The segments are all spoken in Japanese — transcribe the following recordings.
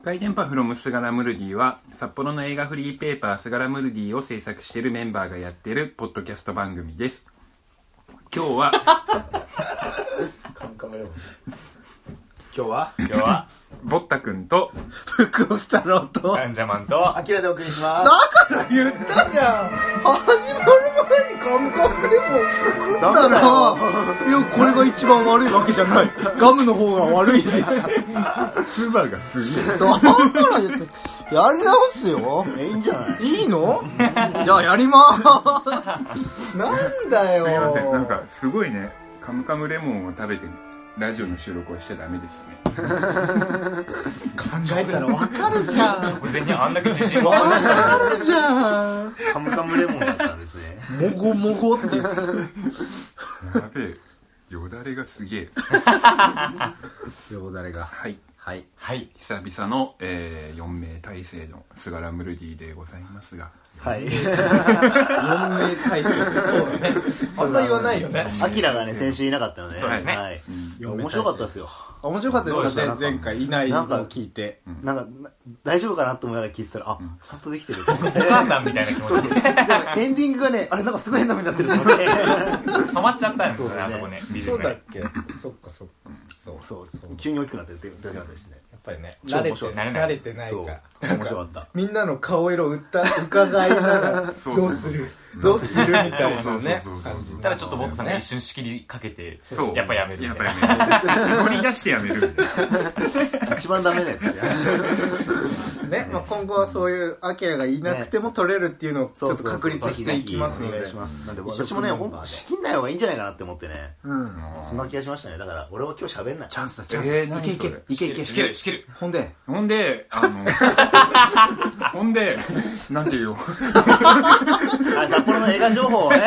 赤い電波フロムスガラムルディは札幌の映画フリーペーパースガラムルディを制作しているメンバーがやっているポッドキャスト番組です。今日はボッタくんと福尾太郎とガンジャマンとアキラでお送りします。 だから言ったじゃん。始まる前にカムカムレモン食ったら、いやこれが一番悪いわけじゃない。ガムの方が悪いです。 唾がすげえ。 だから言って、やり直すよ。 いいんじゃない？ いいの？じゃあやりまーす。なんだよ。 すいません、なんかすごいね、カムカムレモンを食べてラジオの収録はしちゃダメですね。 考えたらわかるじゃん。 直前にあんだけ自信があわかるじゃん。 カムカムレモンだったんですね。 もごもごってやつ。 やべえ、よだれがすげえ。 よだれが。 はいはいはい。 久々の、4名体制のスガラムルディでございますが、 はい。 4名体制。そうだね。あんま言わないよね。 アキラがね、先週いなかったので、 そうですねはい。 うん面白かったですよ。 面白かったですどうでしたね。前回いないのを聞いて。 なんか、大丈夫かなと思いながら聞いてたら、あ、ちゃんとできてる。 お母さんみたいな気持ちででもエンディングがね、あれなんかすごい変な風になってると思って。 止まっちゃったんですよね、 そうだねあそこね。ビジュそうだっねけ。そっかそっか。そうそう、急に大きくなってるってだけなんですね。 やっぱりね。 超面白い慣れてないそうか。 面白かった。 みんなの顔色伺いながらそうどうするみたいなねそう感じ。 ただちょっとボットさんが一瞬仕切りかけて、 そうやっぱやめるみやたいな。 っぱやめる。乗り出してやめる。 一番ダメなやつや。 ね、まあ今後はそういうアキラがいなくても取れるっていうのをちょっと確立していきますので。 お願いします。なんで私もね、ほんと仕切んない方がいいんじゃないかなって思ってね。 うん。 そんな気がしましたね。だから俺は今日喋んない。 チャンスだチャンス。 何それいけ。 仕切る。 ほんでほんで、なんていうよ。 札幌の映画情報をね。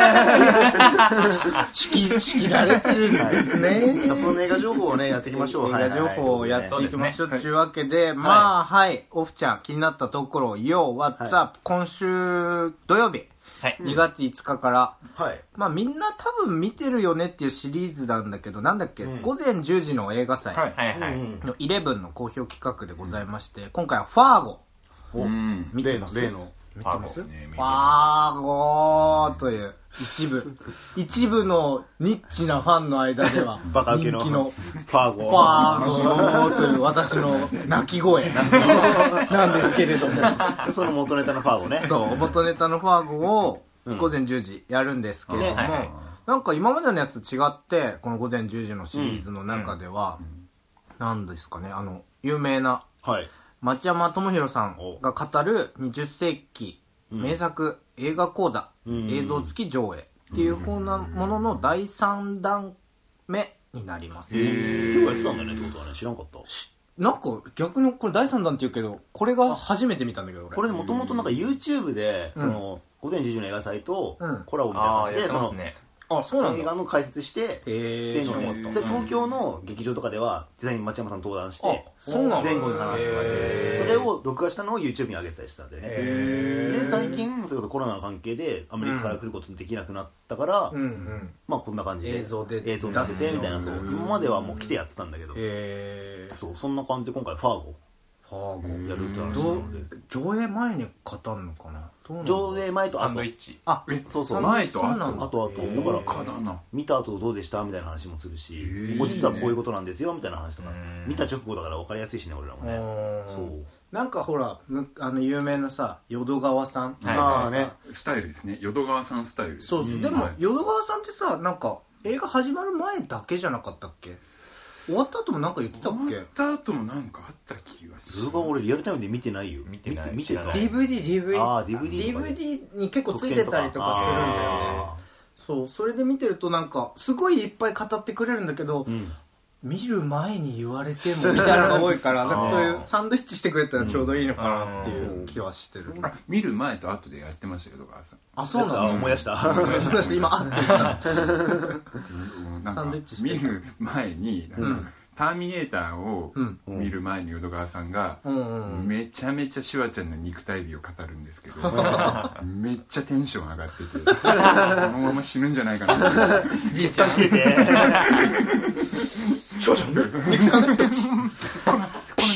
仕切られてるんですね。 札幌の映画情報をね、やっていきましょう。 映画情報をやっていきましょうというわけで、 いまあはいオフちゃん気になったところ、Yo What's Up、今週土曜日はい。 2月5日から、 はい。 まあみんな多分見てるよねっていうシリーズなんだけど、なんだっけ、午前10時の映画祭はいはいはい。 の11の好評企画でございまして、今回はファーゴうん。 見てます。 例の。 見てます。 ねファーゴーという一部のニッチなファンの間ではバカウケの人気のファーゴ。 ファーゴーという私の鳴き声なんですけれども、 その元ネタのファーゴね。 そう元ネタのファーゴを午前10時やるんですけれども、 はいはいなんか今までのやつ違ってこの午前10時のシリーズの中では、なんですかね、有名なはい。 町山智博さんが語る20世紀名作映画講座、映像付き上映っていう風なものの第3弾目になります、 今日やってたんだねってことはね、知らんかった。 なんか逆にこれ第3弾って言うけど、これが初めて見たんだけど俺これね、もともとなんか YouTube で、その、午前10時の映画祭とコラボみたいなああ、 感じで、 やってその、 ますね。 あ、そうなんだ。 映画の解説して、っていうのをね、それ東京の劇場とかでは、実際に町山さん登壇して、 そうなんだ。 前後に話とかして、それを録画したのを YouTube に上げてたりしてたんでね。で、最近、それこそコロナの関係でアメリカから来ることできなくなったから、まあこんな感じで映像で見せてみたいな、そう。今まではもう来てやってたんだけど、そう、そんな感じで今回ファーゴやるって話なので。 上映前に語るのかな。 上映前とサ後。 ンドイッチ。 あ、 そうそう。 前とそうなんだ。 後々。だから、 だな。 見た後どうでしたみたいな話もするし、ここ実はこういうことなんですよみたいな話とか、見た直後だから分かりやすいしね、俺らもね。そう。 なんかほら、有名なさ、淀川さん。 ああね。 スタイルですね。淀川さんスタイルです。 そうそう。でも、淀川さんってさ、なんか、映画始まる前だけじゃなかったっけ？終わった後もなんか言ってたっけ？ 終わった後もなんかあった気がし動画俺リアルタイムで見てないよ。 見てない見てた。 DVD。 ああ、DVD に結構ついてたりとかするんだよね。そう、それで見てるとなんか、すごいいっぱい語ってくれるんだけど、見る前に言われてもみたいなのが多いからなんかそういうサンドイッチしてくれたらちょうどいいのかなっていう気はしてる。 見る前と後でやってましたけど、川さん。 あ、そうなの？ 思い出した。 今あってさサンドイッチして見る前にターミネーターを見る前に淀川さんがめちゃめちゃシュワちゃんの肉体美を語るんですけど、めっちゃテンション上がっててそのまま死ぬんじゃないかなってじいちゃん聞いてシュワちゃん肉体がね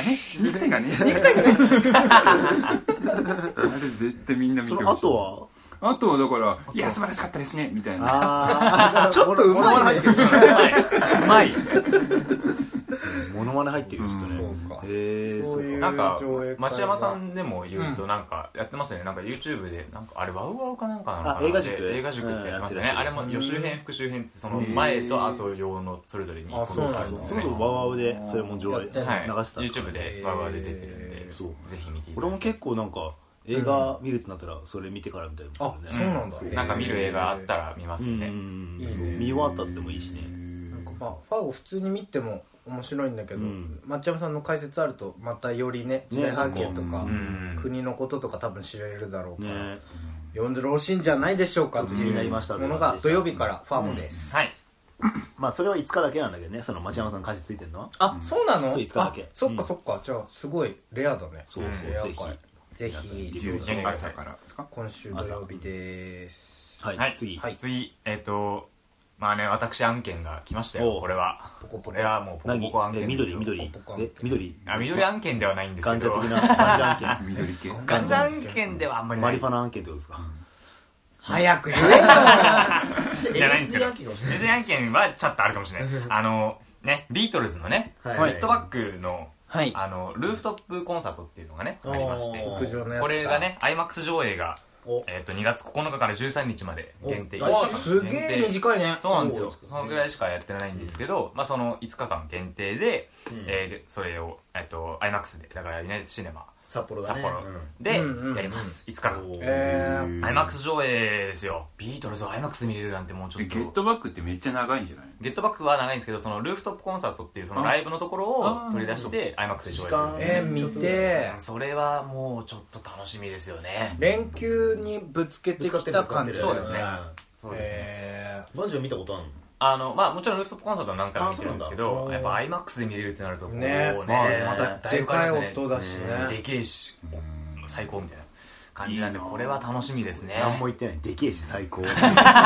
肉体がねあれ絶対みんな見てほしい。あとはだから「いや素晴らしかったですね」みたいな。 ちょっとうまいね。 うまい。 モノマネ入ってる人ね。 そうか。 なんか町山さんでも言うとなんかやってますよね。なんか YouTube でなんかあれワウワウかなんかなのかな。映画塾ってやってましたね。あれも予習編復習編ってその前と後用のそれぞれに。 そうなんですね。 そもそもワウワウでそれも上映流してた。 YouTube でワウワウで出てるんで、ぜひ見て。 俺も結構なんか映画見るってなったらそれ見てからみたいな。 あ、そうなんだ。 なんか見る映画あったら見ますよね。 見終わったってもいいしね。 なんかまあファゴ普通に見ても面白いんだけど、松山さんの解説あるとまたよりね時代背景とか国のこととか多分知れるだろうから読んでよろしいんじゃないでしょうかというものが土曜日からファゴです。 はい。 まあそれは5日だけなんだけどね、その町山さん解説ついてるのは。 あ、そうなの？ 5日だけ。 そっかそっか。じゃあすごいレアだね。 そうぜひ 10時朝からですか？ 今週土曜日です。 はい、次まあね、私案件が来ましたよ。これはもうポコポコ案件ですよ。緑案件ではないんですけど、 ガンジャ的なガンジャ案件。 緑系ガンジャ案件ではあんまりない。 マリファナ案件ってことですか？ 早く言えよ。 じゃないんですけど、LSD案件はちょっとあるかもしれない。ね、ビートルズのね、フットバックのルーフトップコンサートっていうのがねありまして、これがね IMAX 上映が2月9日から13日まで限定。 すげえ短いね。 そうなんですよ。そのぐらいしかやってないんですけど、まあその5日間限定でそれをIMAX で、だからユナイテッドシネマ札幌でやります。5日間 IMAX 上映ですよ。ビートルズを IMAX で見れるなんてもうちょっと。 ゲットバックってめっちゃ長いんじゃない？ ゲットバックは長いんですけど、そのルーフトップコンサートっていうそのライブのところを取り出して IMAX で上映するんですよ。 見て。 それはもうちょっと楽しみですよね。 連休にぶつけてきた感じ。 そうですね。そうですね。 バンジョー見たことあるの？ まあもちろんルーフトップコンサートは何回も見てるんですけど、やっぱ IMAX で見れるってなるとこうね、またでかい音だしね、 でけえし最高みたいな感じなんで、これは楽しみですね。 何も言ってない。でけえし最高。 淀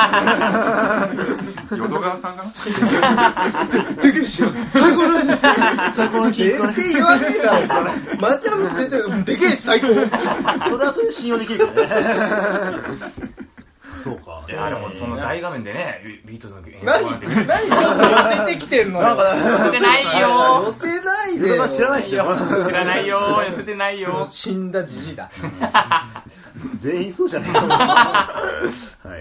川さんがでけえし最高だね。最高の絶対言わねえだろ。町山絶対でけえし最高。 それはそれで信用できるからね。そうか。 いやでもその大画面でね、ビートルズの何ちょっと寄せてきてんのよ。 寄せてないよ。 寄せないでよ。 知らないし。 知らないよ。寄せてないよ。 死んだじじいだ。 全員そうじゃないか。はい。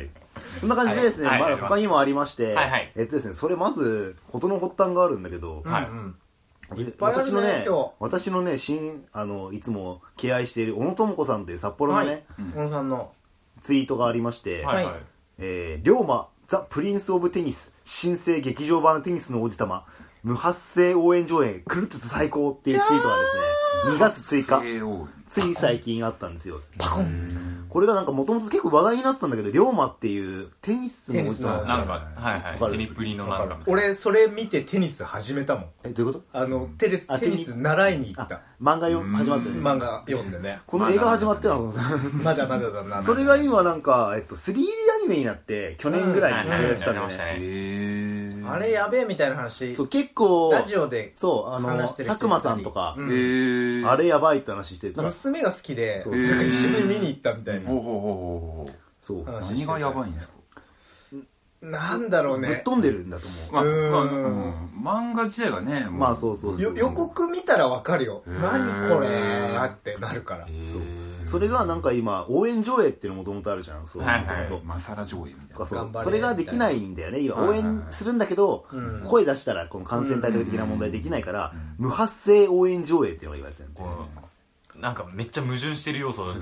そんな感じでですね、まだ他にもありまして、ですね、それまず事の発端があるんだけど、私のね、いつも敬愛している小野智子さんという札幌のね、 小野さんのツイートがありまして、龍馬ザ・プリンス・オブ・テニス新生劇場版テニスの王子様無発声応援上映狂ってて最高っていうツイートがですね2月追加つい最近あったんですよ。パコン。これがなんかもともと結構話題になってたんだけど、龍馬っていうテニスの王子様なんかテニプリのなんか俺それ見てテニス始めたもん。 どういうこと？ テニス習いに行った。 漫画始まってる。 漫画読んでね。 この映画始まってたの。 まだまだだな。 それが今なんか 3D アニメになって去年ぐらいに上映したんだよね。 あれやべえみたいな話。 そう結構ラジオで話してる人。佐久間さんとかあれやばいって話してる。 娘が好きで一緒に見に行ったみたいな。 そう。 何がやばいんですか？ なんだろうね。 ぶっ飛んでるんだと思う。 漫画自体がね、 まあそうそう。 予告見たらわかるよ。何これってなるから。 それがなんか今応援上映っていうのもともとあるじゃん。そう。 マサラ上映みたいな。 それができないんだよね。今応援するんだけど声出したらこの感染対策的な問題できないから無発声応援上映っていうのが言われてるんだよ。 なんかめっちゃ矛盾してる要素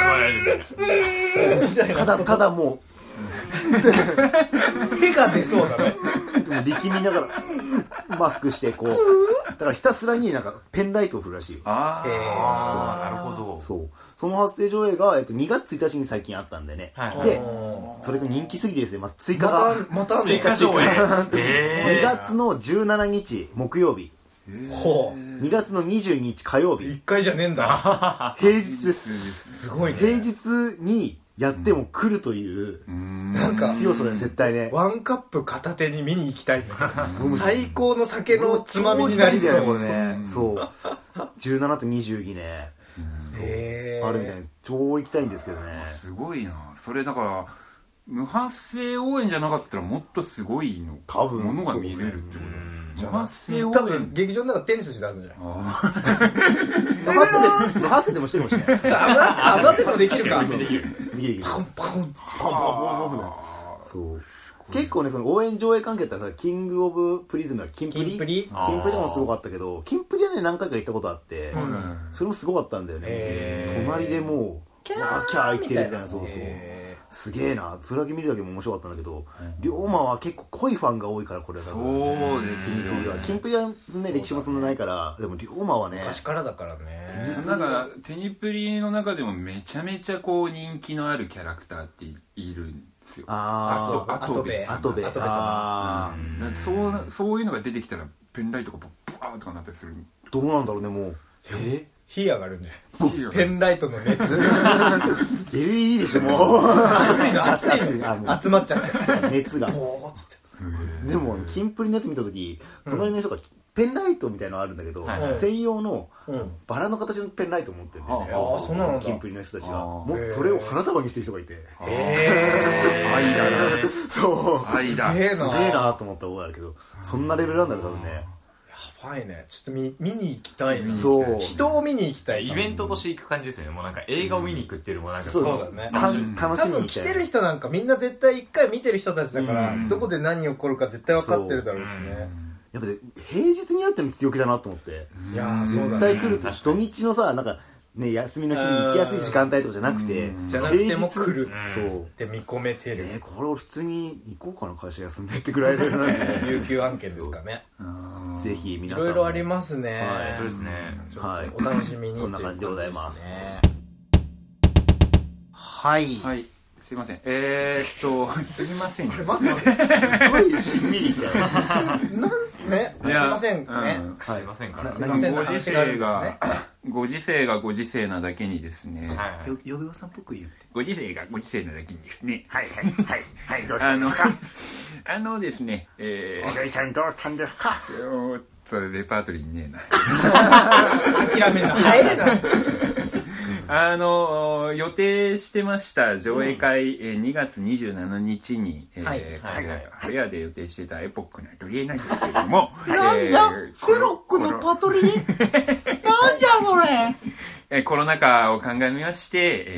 ただもう手が出そうだね。 力みながらマスクしてこうだからひたすらになんかペンライトを振るらしいよ。 なるほど。 そうその発声上映が2月1日に最近あったんでね。でそれが人気すぎてですね、また追加追加上映 2月の17日木曜日、2月の22日火曜日。 1回じゃねえんだ。 平日です。 すごいね。 平日にやっても来るというなんか強さだよ絶対ね。 ワンカップ片手に見に行きたい最高の酒のつまみになりそうこれね。そう17と22ねあるみたいな。超行きたいんですけどね。 すごいな。それだから無発声応援じゃなかったらもっとすごいの多分ものが見れるってことなんですよ。無発声応援多分劇場の中テニスしてたはずじゃん。 無発声でもしてるかもしれない。 合わせてもできるか。 できるパンパンパンパンパンパン。そう結構ねその応援上映関係ってさキングオブプリズムはキンプリでもすごかったけど、キンプリはね何回か行ったことあって、それもすごかったんだよね。隣でもうキャー言ってるみたいな。そうそうすげえな。それだけ見るだけも面白かったんだけど、龍馬は結構濃いファンが多いからこれはそうですよね。 キンプリはね歴史もそんなないから、でも龍馬はね昔からだからね。 なんかテニプリの中でもめちゃめちゃこう人気のあるキャラクターっているんですよ。 アトベ様。そういうのが出てきたらペンライトがブワーとかなったりする。 どうなんだろうねもう。 火上がるんじゃん。ペンライトの熱。 LED でしょもう。 熱いの集まっちゃって熱が。でもキンプリのやつ見た時隣の人がペンライトみたいなのあるんだけど、専用のバラの形のペンライトを持ってるんだよね。 そうなの。 キンプリの人たちがもっとそれを花束にしてる人がいて、 愛だな。 そう愛だ。 すげえなと思ったことあるけど、そんなレベルなんだろう多分ね。 やばいね。ちょっと見に行きたいね。 そう人を見に行きたい。 イベントとして行く感じですよね。もうなんか映画を見に行くっていうのもなんかそうだね。 楽しみに行きたい。 多分来てる人なんかみんな絶対一回見てる人たちだからどこで何起こるか絶対分かってるだろうしね。 やっぱ平日にやるっての強気だなと思って。 いやーそうだね。 絶対来ると土日のさなんかね休みの日に行きやすい時間帯とかじゃなくて、 じゃなくても来る。 そうで見込めてる。 これを普通に行こうかな会社休んでってぐらいでなんですね。 有給案件ですかね。 ぜひ皆さんいろいろありますね。 そうですね。 お楽しみに。 そんな感じでございます。 はい。 はい。すいません。すいません。 すごいしんみりみたいな。 すいませんね。 すいませんから。 すいません。 ご時世がご時世なだけにですね。 淀川さんっぽく言って。 ご時世がご時世なだけにですね。 はい。 ですね。 お姉ちゃんどうしたんですか。 それレパートリーにねえな。 諦めんの早いな。 予定してました上映会、2月27日にハレアで予定してたエポックなアトリエなんですけれどもなんじゃクロックのパトリエなんじゃそれコロナ禍を鑑みまして、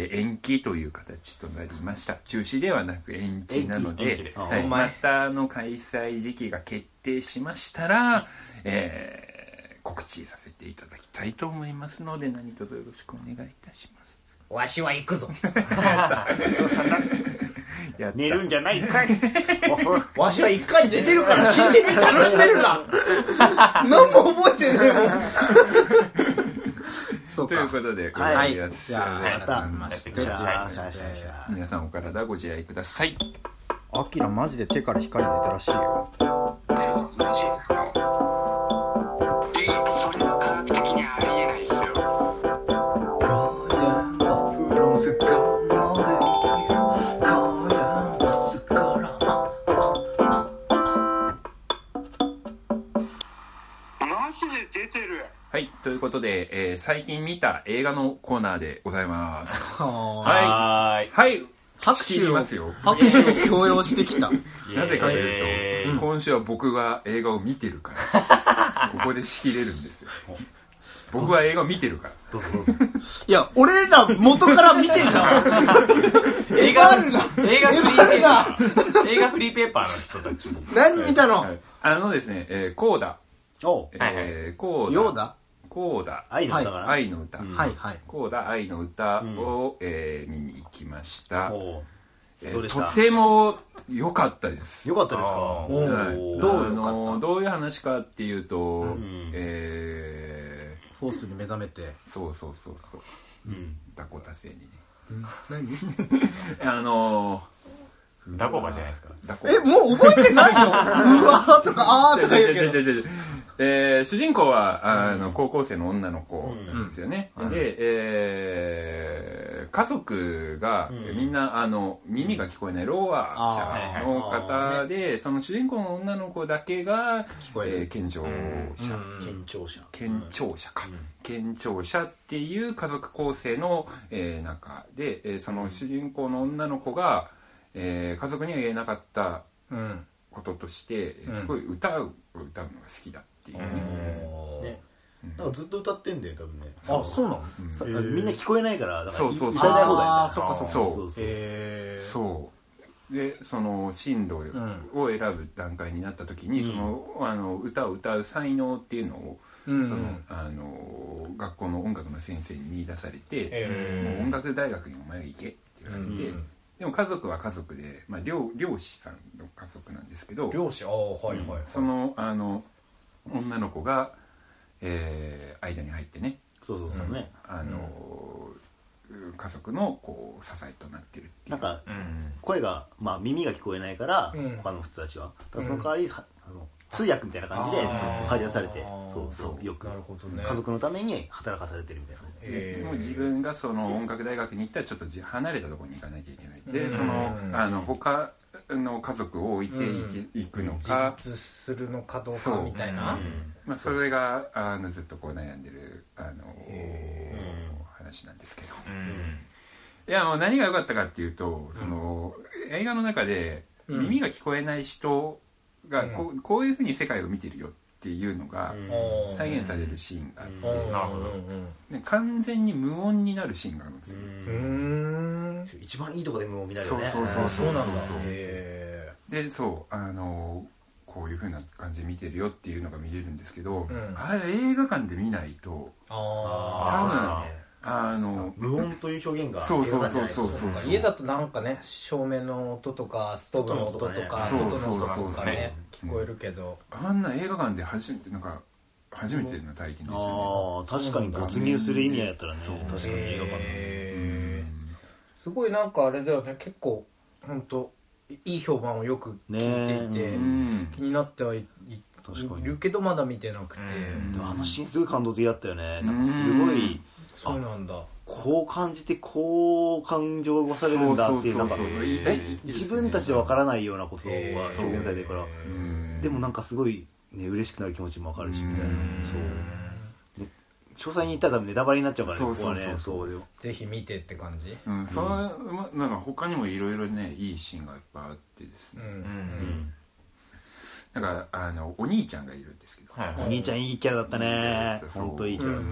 延期という形となりました。中止ではなく延期なので、また開催時期が決定しましたら、告知させていただきたいと思いますので何卒よろしくお願いいたします。 わしは行くぞ。 寝るんじゃないかい。 わしは一回寝てるから新人に楽しめるな。何も覚えてねえもん。 ということでございます。皆さんお体ご自愛ください。 アキラマジで手から光出たらしいよ。 マジですか。それは科学的にありえないっすよ。マジで出てる。 はい、ということで、最近見た映画のコーナーでございます。 はい。 拍手を強要してきた。 なぜかというと、今週は僕が映画を見てるから、ここで仕切れるんですよ。僕は映画を見てるから。 いや、俺ら元から見てんだ。映画あるな。 映画フリーペーパーの人たち。 何見たの？ ですね、コーダ。 ヨーダ？ コーダ愛の歌かな。 愛の歌。コーダ愛の歌を見に行きました。とても良かったです。 良かったですか。 どういう話かっていうと、 フォースに目覚めて。 そう。ダコタ星にね。 何？ ダコバじゃないですか。 もう覚えてないの？うわーとかあーとか言うけど。 主人公は高校生の女の子なんですよね。で、 家族がみんな耳が聞こえないろう者の方で、その主人公の女の子だけが健聴者っていう家族構成の中で、その主人公の女の子が家族には言えなかったこととしてすごい歌を歌うのが好きだっていうね。 なんかずっと歌ってんだよ多分ね。 あ、そうなの？ みんな聞こえないからだからそうそう歌いたい放題みたいな。 あ、そっかそっか。 そうでその進路を選ぶ段階になった時に、その歌を歌う才能っていうのをその学校の音楽の先生に見出されて、もう音楽大学にお前が行けって言われて、でも家族は家族で、まあ、漁師さんの家族なんですけど、 漁師、はいはい、 その女の子が間に入ってね、 そうね、 家族のこう支えとなってるっていう。 なんか、声が、まあ、耳が聞こえないから、他の人たちはだからその代わり、通訳みたいな感じで改善されて、そうよく家族のために働かされてるみたいな。 でも自分がその音楽大学に行ったらちょっと離れたところに行かなきゃいけないで、その他の家族を置いていくのか、 自立するのかどうかみたいな、 まあ、それがずっとこう悩んでる話なんですけど、いやもう何が良かったかっていうと、その映画の中で耳が聞こえない人がこういうふうに世界を見てるよっていうのが再現されるシーンがあって、完全に無音になるシーンがあるんですよ。 一番いいとこで無音になるよね。 そうなんだ。 でそうこういう風な感じで見てるよっていうのが見れるんですけど、あれ映画館で見ないと多分無音という表現がそう家だとなんかね、照明の音とかストーブの音とか外の音とかね聞こえるけど、 あんな映画館で初めての体験でしたね。 確かに没入する意味やったらね、確かに映画館すごいなんかあれだよね、結構本当いい評判をよく聞いていて気になってはいるけどまだ見てなくて、 あのシーンすごい感動的だったよね。なんかすごい、 そうなんだ、 こう感じてこう感情を動かされるんだっていう、なんか自分たちでわからないようなことが表現されてるから、でもなんかすごいね嬉しくなる気持ちもわかるしみたいな。そう詳細に言ったら多分ネタバレになっちゃうからね。そうぜひ見てって感じ。 なんか他にもいろいろねいいシーンがいっぱいあってですね、なんかお兄ちゃんがいるんですけど、 お兄ちゃんいいキャラだったね。本当いいキャラだった。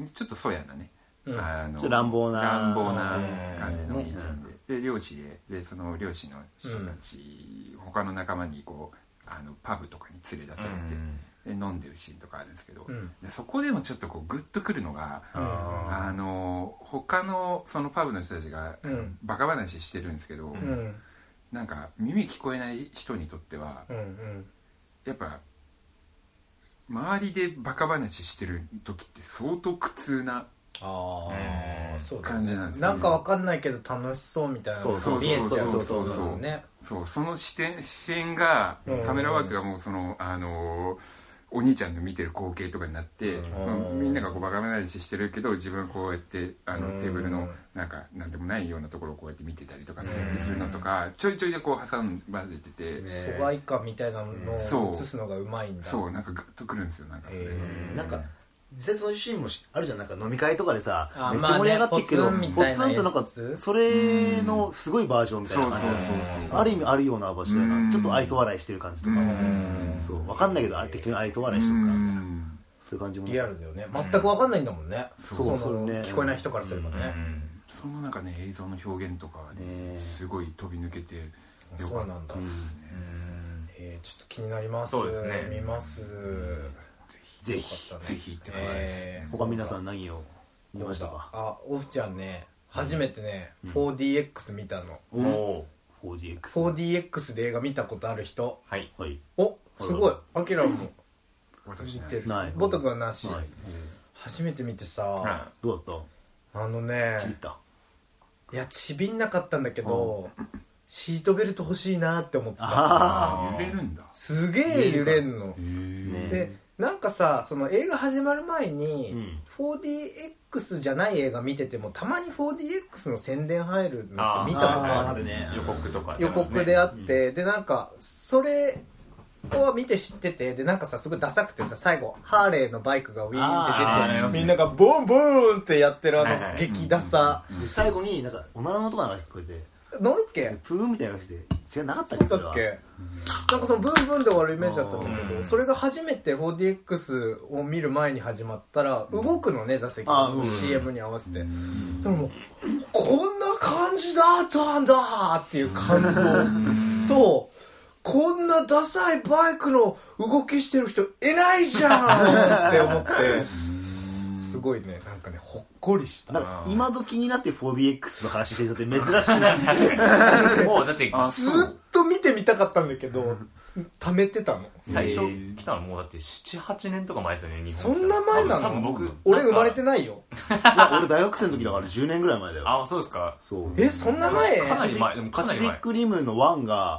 ちょっとそやなね、 乱暴な感じのお兄ちゃんで、漁師でその漁師の人たち、他の仲間にこうパブとかに連れ出されて、で飲んでるシーンとかあるんですけど、でそこでもちょっとこうグッとくるのが、他のそのパブの人たちがバカ話してるんですけど、なんか耳聞こえない人にとっては、やっぱ周りでバカ話してる時って相当苦痛な感じなんですよね。 なんかわかんないけど楽しそうみたいなの見えちゃう。 その視線がカメラワークがもうそのお兄ちゃんの見てる光景とかになって、みんながこうバカ話してるけど自分はこうやってテーブルのなんでもないようなところをこうやって見てたりとかするのとかちょいちょいでこう挟まれてて、 疎外感みたいなのを映すのがうまいんだ。 そうなんかグッとくるんですよ。なんかそれがなんか実際そのシーンもあるじゃん。なんか飲み会とかでさめっちゃ盛り上がってるけどポツンとなんかそれのすごいバージョンみたいな感じで、ある意味あるような場所だな。ちょっと愛想笑いしてる感じとか、そう分かんないけど適当に愛想笑いしてるからそういう感じもリアルだよね。全く分かんないんだもんね。聞こえない人からすればね。 その中ね映像の表現とかはねすごい飛び抜けてよかったですね。 ちょっと気になります。見ます。 ぜひって感じです。 他皆さん何を見ましたか？ オフちゃんね初めてね 4DX 見たの。4DX で映画見たことある人？おすごい。アキラも見てる。ボトクはなし。初めて見てさどうだった？ いやちびんなかったんだけどシートベルト欲しいなって思ってた。 揺れるんだ。 すげえ揺れんのでなんかさその映画始まる前に、4DX じゃない映画見ててもたまに 4DX の宣伝入るのって見たことあるね。 予告とか、 予告であって、でなんかそれを見て知ってて、でなんかさすごいダサくてさ、最後ハーレーのバイクがウィーンって出てみんながボンボーンってやってる激ダサ、 最後になんかおならの音が聞こえて乗るっけプーンみたいな感じで違うなかったっけ。 そうだっけ。なんかそのブンブンで終わるイメージだったんだけど、それが初めて 4DX を見る前に始まったら動くのね、座席が CM に合わせて。でもこんな感じだったんだっていう感動と、こんなダサいバイクの動きしてる人いないじゃんって思ってすごいね、なんかねほっこりした。 なんか今時になって 4DX の話してる人って珍しくないもうだってずっと見てみたかったんだけど貯めてたの。 最初来たのもうだって 7,8 年とか前ですよね、日本。 そんな前なの？俺生まれてないよ。 いや俺大学生の時だから10年ぐらい前だよ。 あ、そうですか。 そう。 そんな前？ かなり前。でもかなり前。 パシフィックリムの1が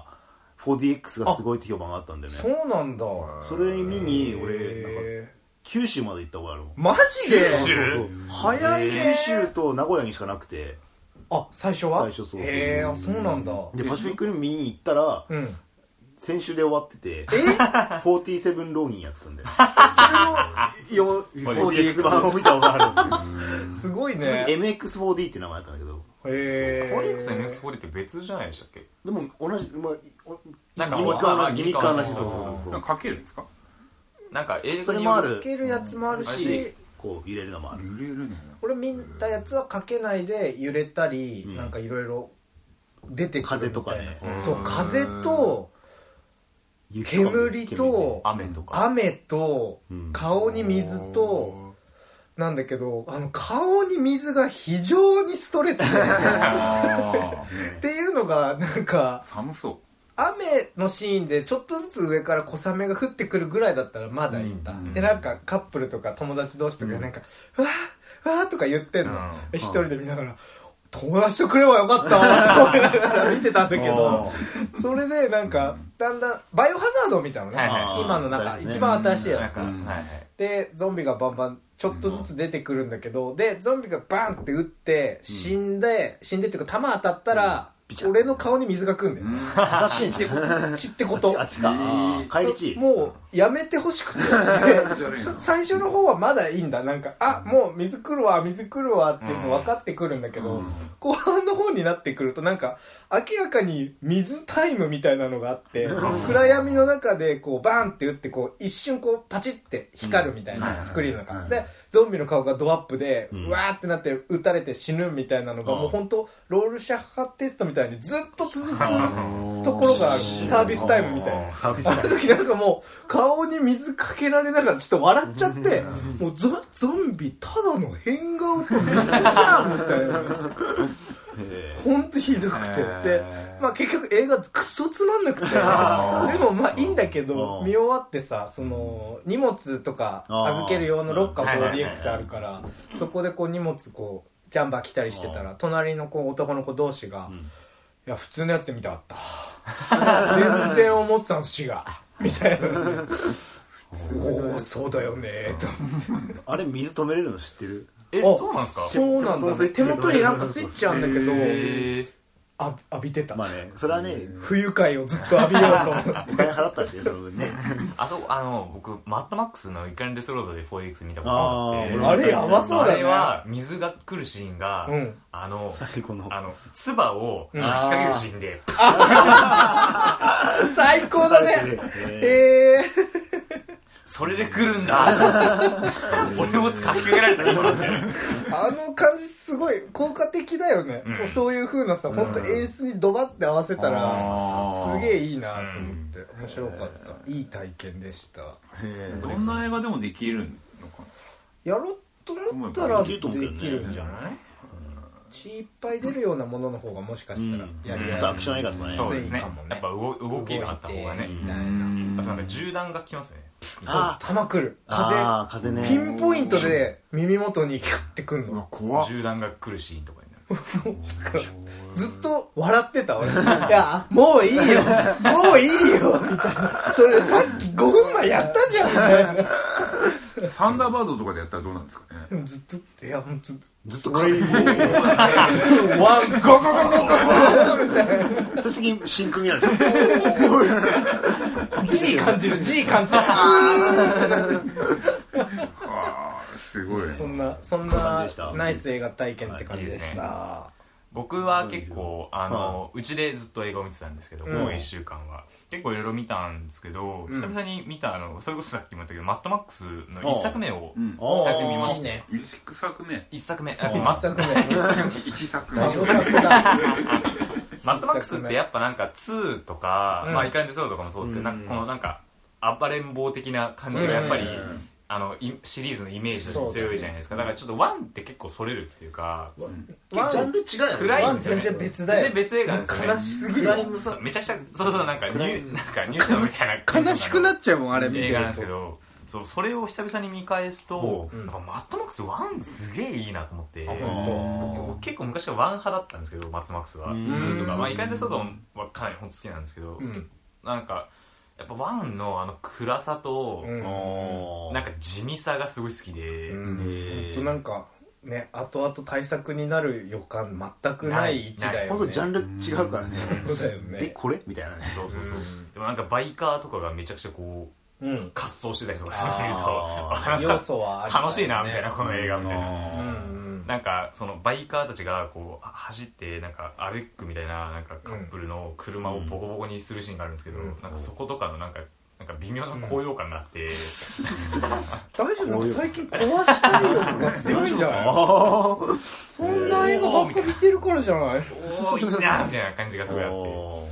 4DX がすごいって評判があったんだよね。 そうなんだ。 それ見に俺なんか九州まで行ったことあるもん。 マジで？ そうそう早いね。 九州と名古屋にしかなくて。 あ、最初は？ 最初そう。 へえ、そうなんだ。 でパシフィックリム見に行ったら、先週で終わってて、47ローニンやってたんだよ。 それの 4DX 版を見たことある。すごいね。 MX4D って名前だったんだけど。 4DX と MX4D って別じゃないでしたっけ？ でも同じ、 なんかギミックは同じ。ギミックは同じ。 そう。かけるんですか？ なんか映画にかけるやつもあるし、 こう揺れるのもある。 揺れるの？ 俺見たやつはかけないで揺れたり、なんかいろいろ出てくる風とかね。 そう、風と煙と雨と顔に水となんだけど、顔に水が非常にストレスでっていうのがなんか寒そう。 雨のシーンでちょっとずつ上から小雨が降ってくるぐらいだったらまだいいんだ、でなんかカップルとか友達同士とかなんかうわーわーとか言ってんの、一人で見ながら友達とくればよかったって思いながら見てたんだけどそれでなんかだんだんバイオハザードを見たのね、今のなんか一番新しいやつでゾンビがバンバンちょっとずつ出てくるんだけど、でゾンビがバンって撃って死んでっていうか弾当たったら俺の顔に水が来んだよ。血ってこと。 帰り血。 もうやめてほしくて。最初の方はまだいいんだ。なんかもう水来るわっていうの分かってくるんだけど、後半の方になってくるとなんか明らかに水タイムみたいなのがあって、暗闇の中でこうバーンって打ってこう一瞬こうパチって光るみたいなスクリーンの中でゾンビの顔がドアップでうわーってなって撃たれて死ぬみたいなのがもう本当ロールシャッハテストみたいにずっと続くところがある。サービスタイムみたいな。あの時なんかもう顔に水かけられながらちょっと笑っちゃってもうゾンビただの変顔と水じゃんみたいな。ほんとひどくてで、まあ、結局映画クソつまんなくてでもまあいいんだけど見終わってさ、その荷物とか預ける用のロッカー 4DX あるからそこでこう荷物こうジャンバー来たりしてたら隣のこう男の子同士がいや普通のやつで見たかった全然思ってたの死がみたいなおおそうだよねとあれ水止めれるの知ってる？ そうなんですか？ そうなんだ、ね、手元になんかスイッチあるんだけど浴びてた。 まあね、それはね不愉快をずっと浴びようと思ってお金払ったしね、その分ね僕マッドマックスのイカリンデスロードで 4DX 見たことがあってあれやばそうだね。 あれは水が来るシーンが、 最後の唾を引っ掛けるシーンで、 最高だね。 それで来るんだ俺も書きかけられた今のねあの感じすごい効果的だよね、そういう風なさ本当演出にドバって合わせたらすげえいいなと思って面白かった。いい体験でした。 どんな映画でもできるのかな。 やろうと思ったらできるんじゃない？血いっぱい出るようなものの方がもしかしたらやりやすい。 アクション映画とかね。 そうですね。やっぱ動きがあった方がね。あとなんか銃弾が来ますよね。 そう、弾来る。風ね。ピンポイントで耳元にキュッてくるの。 怖っ。 銃弾が来るシーンとかになる。 ずっと笑ってた俺。いやもういいよもういいよみたいな。それさっき5分前やったじゃんみたいな。 サンダーバードとかでやったらどうなんですかね。 でもずっといやもうずっとこれワンゴゴゴゴゴみたいな。 最近真空になるでしょ。 G 感じる G 感じる。 すごい。 そんなナイス映画体験って感じでした。 僕は結構うちでずっと映画を見てたんですけど、この1週間は結構いろいろ見たんですけど、久々に見たそれこそさっきも言ったけどマッドマックスの1作目を最初に見ました。 1作目 1作目マッドマックスってやっぱなんか2とかまあイカレンデソロとかもそうですけど、なんかこのなんか暴れん坊的な感じがやっぱりシリーズのイメージとして強いじゃないですか。だからちょっと1って結構それるっていうか、 ジャンル違うよね。 暗いんですよね。 全然別だよ。 全然別映画なんですよね。 悲しすぎる。 めちゃくちゃそうなんかニュースみたいな悲しくなっちゃうもんあれ見てると。 映画なんですけど、それを久々に見返すと、マッドマックス1すげえいいなと思って、結構昔から1派だったんですけど、マッドマックスは2とか、まあイカレンデソロはかなり本当好きなんですけど、なんかやっぱワンの暗さと、なんか地味さがすごい好きで、 なんかね後々対策になる予感全くない位置だよね。 本当ジャンル違うからね。 そうだよね。 これみたいなね。 そうでもなんかバイカーとかがめちゃくちゃこう滑走してたりとかしてみると要素は楽しいなみたいなこの映画みたいな。なんかそのバイカーたちがこう走ってなんかアベックみたいななんかカップルの車をボコボコにするシーンがあるんですけど、なんかそことかのなんか微妙な高揚感があって、 大丈夫？なんか最近壊したい欲が強いんじゃない？そんな映画ばっか見てるからじゃない？ おーいいなみたいな感じがすごいあって。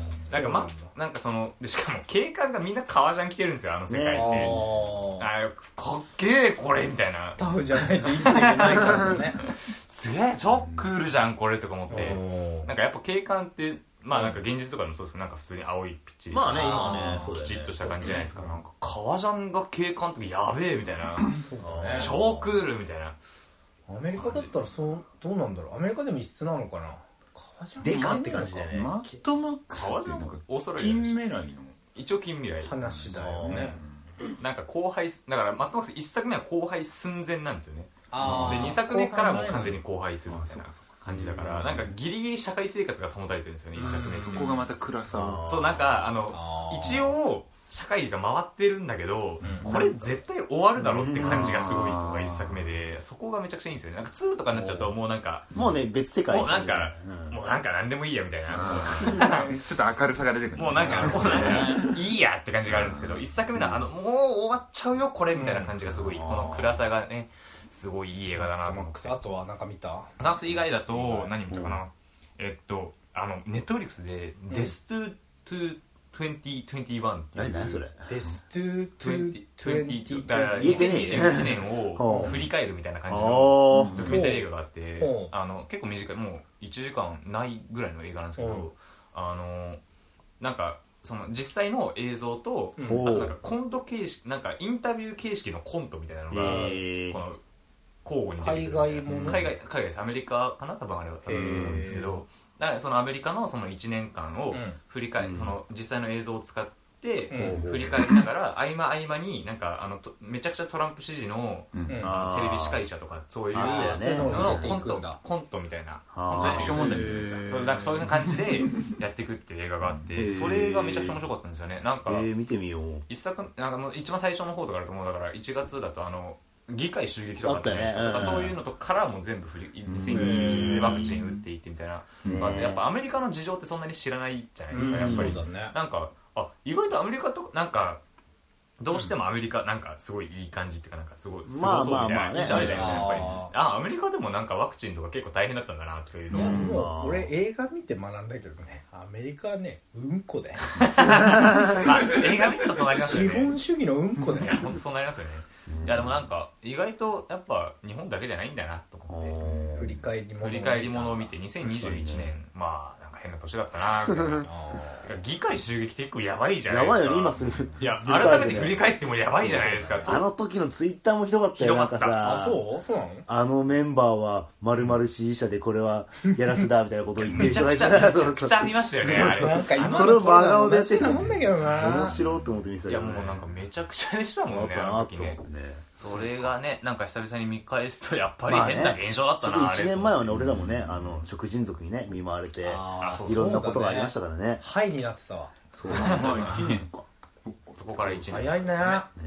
なんかそのでしかも警官がみんな革ジャン着てるんですよ、あの世界って。かっけえこれみたいな。 タフじゃないと生きていけないからね。 すげえ超クールじゃんこれとか思って。なんかやっぱ警官ってまあなんか現実とかでもそうですけど、なんか普通に青いピッチリした、 まあね今ねきちっとした感じじゃないですか。なんか革ジャンが警官ってやべえみたいな、超クールみたいな。 アメリカだったらどうなんだろう。アメリカでも異質なのかな。 デカって感じだよね。 マッドマックスってなんか近未来の一応近未来話だよね。 なんか荒廃だからマッドマックス1作目は荒廃寸前なんですよね。で2作目からもう完全に荒廃するみたいな感じだから、なんかギリギリ社会生活が保たれてるんですよね、1作目って。 そこがまた暗さを。 そうなんか一応社会が回ってるんだけど、これ絶対終わるだろって感じがすごいのが1作目で、そこがめちゃくちゃいいんですよね。なんか2とかになっちゃうともうなんかもうね別世界、 もうなんか何でもいいやみたいな、 ちょっと明るさが出てくる。 もうなんかいいやって感じがあるんですけど、1作目のもう終わっちゃうよこれみたいな感じがすごい、この暗さがねすごいいい映画だなと思って。 あとはなんか見た？ マッドマックス以外だと何見たかな。ネットフリックスでデストゥ2021っていう。 何それ？ デストゥ2021 だから2021年を振り返るみたいな感じのドキュメンタリー映画があって、結構短い、もう1時間ないぐらいの映画なんですけど、なんかその実際の映像と、あとなんかコント形式、なんかインタビュー形式のコントみたいなのがこの交互に出てくる。海外です。アメリカかな、多分あれは多分なんですけど、だからそのアメリカのその1年間を振り返る、その実際の映像を使って振り返りながら、合間合間になんかめちゃくちゃトランプ支持のテレビ司会者とかそういうののコントみたいなアクション問題みたいなやつ、そういう感じでやっていくっていう映画があって、それがめちゃくちゃ面白かったんですよね。なんか見てみよう。 なんか一番最初の方とかだと思う。だから1月だと議会襲撃とかあったじゃないですか、そういうのとからも全部2021年でワクチン打っていってみたいな、やっぱアメリカの事情ってそんなに知らないじゃないですか、やっぱり。なんか意外とアメリカとなんかどうしてもアメリカなんかすごいいい感じっていうか、なんかすごいすごそうみたいな印象あるじゃないですか、やっぱり。アメリカでもなんかワクチンとか結構大変だったんだなというのを。 俺映画見て学んだけどね、アメリカはねうんこだよ。 映画見るとそうなりますよね。 資本主義のうんこだよ。 本当そうなりますよね。いやでもなんか意外とやっぱ日本だけじゃないんだなと思って、振り返り物を見て2021年、まあなんか変な年だったなみたいな議会襲撃って結構やばいじゃないですか。 やばいよね今すぐ。 いや改めて振り返ってもやばいじゃないですか。 あの時のツイッターもひどかったよ。なんかさ、 あ、そうなの？ あのメンバーは〇〇支持者でこれはやらせだみたいなことを言ってる人がいた。 めちゃくちゃありましたよね。 なんか今それを真顔でやってたもんだけどな。 面白いと思って見せたいやもうなんかめちゃくちゃでしたもんね、あの時ね。それがね、なんか久々に見返すとやっぱり変な現象だったな、あれ。 1年前はね、俺らもね、食人族にね見舞われていろんなことがありましたからね。 はいになってたわ。 そう1年か。 そこから1年早いね。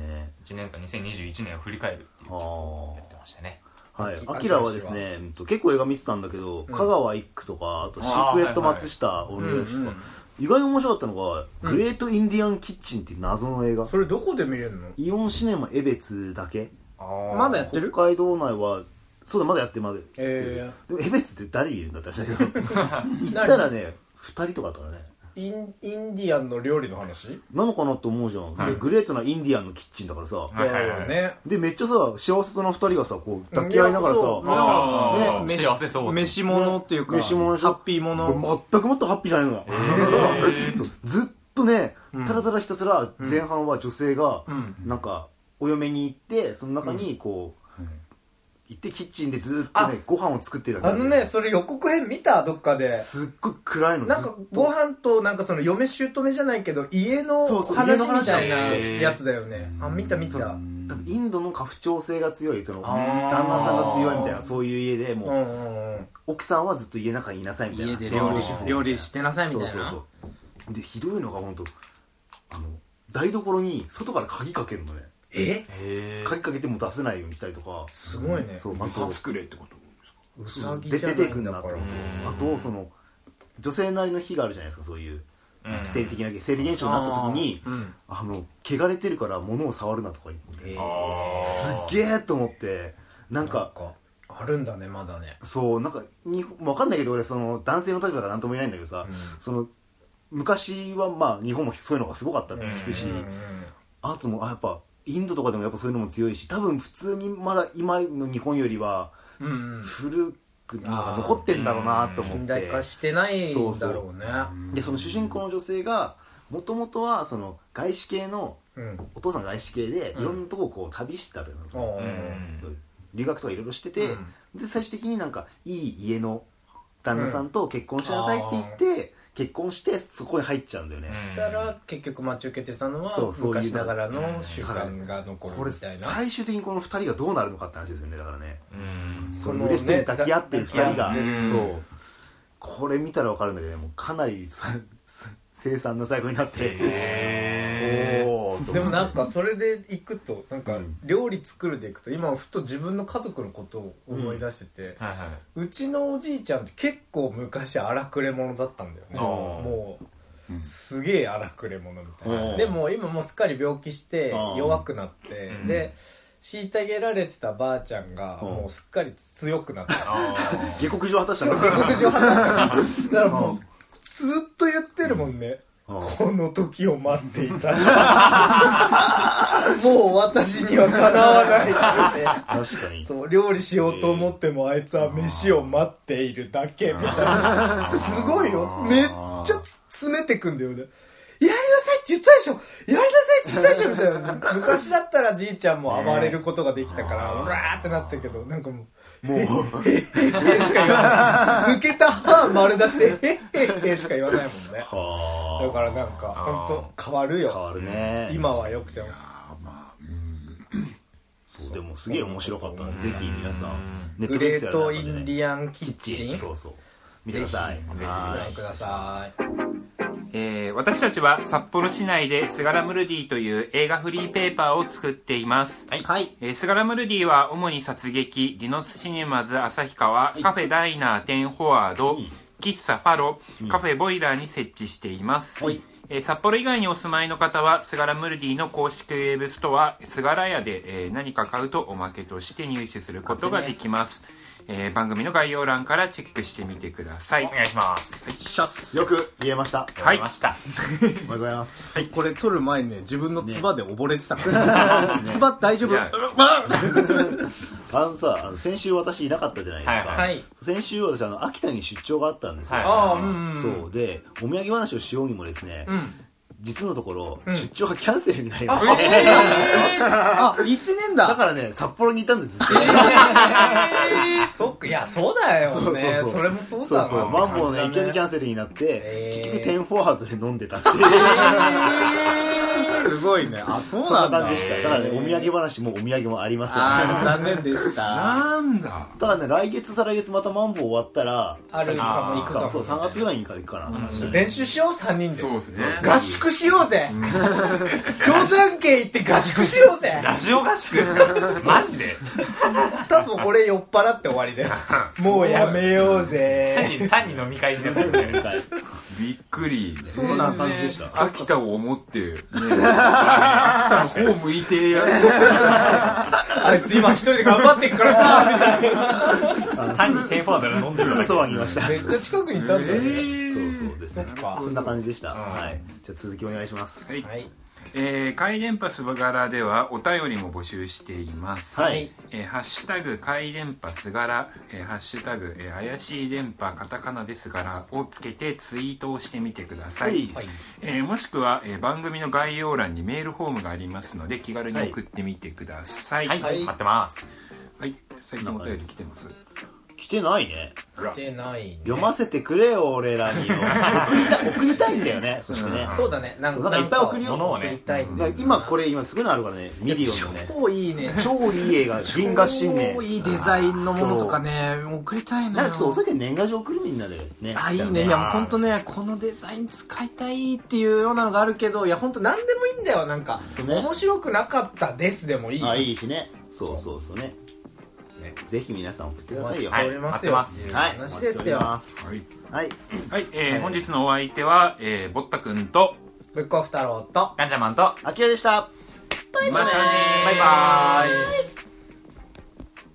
1年間2021年を振り返るっていうやってましたね。 はい、アキラはですね結構映画見てたんだけど、香川一区とかあとシークレット松下お願いします。意外に面白かったのがグレートインディアンキッチンっていう謎の映画。 それどこで見れるの？ イオンシネマ江別だけ。 まだやってる？ 北海道内はそうだまだやってるまだ。 でも江別って誰いるんだって話だけど行ったらね2人とかだったらね。 インディアンの料理の話なのかなと思うじゃん、でグレートなインディアンのキッチンだからさ、でめっちゃさ幸せそうな2人がさこう抱き合いながらさ、 幸せそう飯物っていうか飯物ハッピー物。 全くもっとハッピーじゃないのずっとねただただひたすら前半は女性がなんかお嫁に行ってその中にこう行ってキッチンでずっとねご飯を作ってるわけ。 それ予告編見た？どっかで。 すっごい暗いの。 なんかご飯となんかその嫁姑じゃないけど家の話みたいなやつだよね。あ、見た。多分インドの家父長制が強い、その旦那さんが強いみたいなそういう家でもう奥さんはずっと家の中にいなさいみたいな。 家で料理してなさいみたいな。 そうでひどいのが本当台所に外から鍵かけるのね。鍵かけても出せないようにしたりとか。 すごいね。 そう母作れってことですか？出てくんだから。 あとその女性なりの日があるじゃないですか、そういう生理現象になった時に汚れてるから物を触るなとか言ってすげえと思って、なんかあるんだねまだね。 そうなんか分かんないけど俺その男性の立場から何とも言えないんだけどさ、その昔はまあ日本もそういうのがすごかったって聞くし、あともやっぱインドとかでもやっぱそういうのも強いし、多分普通にまだ今の日本よりは古くなんか残ってんだろうなと思って。 近代化してないんだろうね。 でその主人公の女性がもともとはその外資系の、お父さんが外資系でいろんなとこをこう旅してたというか、留学とかいろいろしてて、で最終的になんかいい家の旦那さんと結婚しなさいって言って、結婚してそこに入っちゃうんだよね。 したら結局待ち受けてたのは昔ながらの習慣が残るみたいな。 最終的にこの2人がどうなるのかって話ですよね。だからねその嬉しそうに抱き合ってる2人がそうこれ見たら分かるんだけどね、もうかなり凄惨な最後になってでもなんかそれでいくとなんか料理作るでいくと今ふと自分の家族のことを思い出してて、うちのおじいちゃんって結構昔荒くれ者だったんだよね。もうすげえ荒くれ者みたいな。でも今もうすっかり病気して弱くなってで虐げられてたばあちゃんがもうすっかり強くなった。 下克上果たしたの。 下克上果たした。だからもうずっと言ってるもんね。この時を待っていた。もう私にはかなわないって確かにそう料理しようと思ってもあいつは飯を待っているだけみたいな。すごいよ。めっちゃ詰めてくんだよね。やりなさいって言ったでしょ、やりなさいって言ったでしょみたいな。昔だったらじいちゃんも暴れることができたからうわーってなってたけど、なんかもうへっへっへしか言わない。抜けた歯丸出してへっへっへしか言わないもんね。だからなんか本当変わるよ。 変わるね。 今は良くてもそうでもすげえ面白かったんでぜひ皆さんグレートインディアンキッチンそう見てください。 ぜひご覧ください。 私たちは札幌市内でスガラムルディという映画フリーペーパーを作っています。 はい。 スガラムルディは主に殺撃、ディノスシネマズ旭川、カフェダイナーテンフォワード、喫茶ファロ、カフェボイラーに設置しています。札幌以外にお住まいの方はスガラムルディの公式ウェブストアスガラ屋で何か買うとおまけとして入手することができます。 番組の概要欄からチェックしてみてください。 お願いします。 よく言えました。 はい。 おめでとうございます。 はい。これ撮る前にね、自分の唾で溺れてたから。唾大丈夫？ 先週私いなかったじゃないですか。はい。先週私秋田に出張があったんですよ。そうで、お土産話をしようにもですね、実のところ、出張がキャンセルになりました。 あ、行ってねえんだ。 だからね、札幌にいたんです。 そっか、いや、そうだよね。それもそうだわ。 マンボウの影響でキャンセルになって、結局テンフォワードで飲んでたっていう。 すごいね。あ、そうなんだ。 そんな感じでした。だからね、お土産話もお土産もありません。 残念でした。 なんだ。 ただね、来月再来月またマンボウ終わったら、 あるかも行くかも。 そう、3月ぐらいに行くかな。 練習しよう、3人で。 そうですね。 合宿しようぜ。定山渓行って合宿しようぜ。 ラジオ合宿ですか？マジで？ 多分俺酔っ払って終わりだよ。もうやめようぜ。 単に飲み会になってるみたい。 びっくり。 そんな感じでした。 秋田を思って、秋田の方向いてやる。 あいつ今一人で頑張ってっからさ、みたいな。単にテンフォワードで飲んでる。 すぐそばにいました。 めっちゃ近くにいたんだよね。 そうですね。こんな感じでした。はい。じゃあ続きお願いします。 はい。怪電波すばがらではお便りも募集しています。 はい。 ハッシュタグ怪電波すがら、ハッシュタグ、怪しい電波カタカナですがらをつけてツイートをしてみてください。もしくは、番組の概要欄にメールフォームがありますので気軽に送ってみてください。 はい、待ってます。 はい。最近お便り来てます？ 来てないね。 来てないね。 読ませてくれよ俺らに。送りたいんだよね。そしてね。 そうだね。なんかいっぱい送るよ。 物をね。 今すごいのあるからね。ミリオンのね。 超いいね。 超いい映画。銀河新年。 超いいデザインのものとかね、送りたいな。 ちょっとお酒年賀状送るみんなでね。 あ、いいね。いやもう本当ね、このデザイン使いたいっていうようなのがあるけど、いや本当何でもいいんだよ。なんか面白くなかったですでもいい。 あ、いいしね。そうね。ぜひ皆さん送ってくださいよ。 待ってます。 はい。話ですよ。 はい。本日のお相手はぼったくんとぶっこふ太郎とガンジャマンとあきらでした。 またね。 バイバーイ。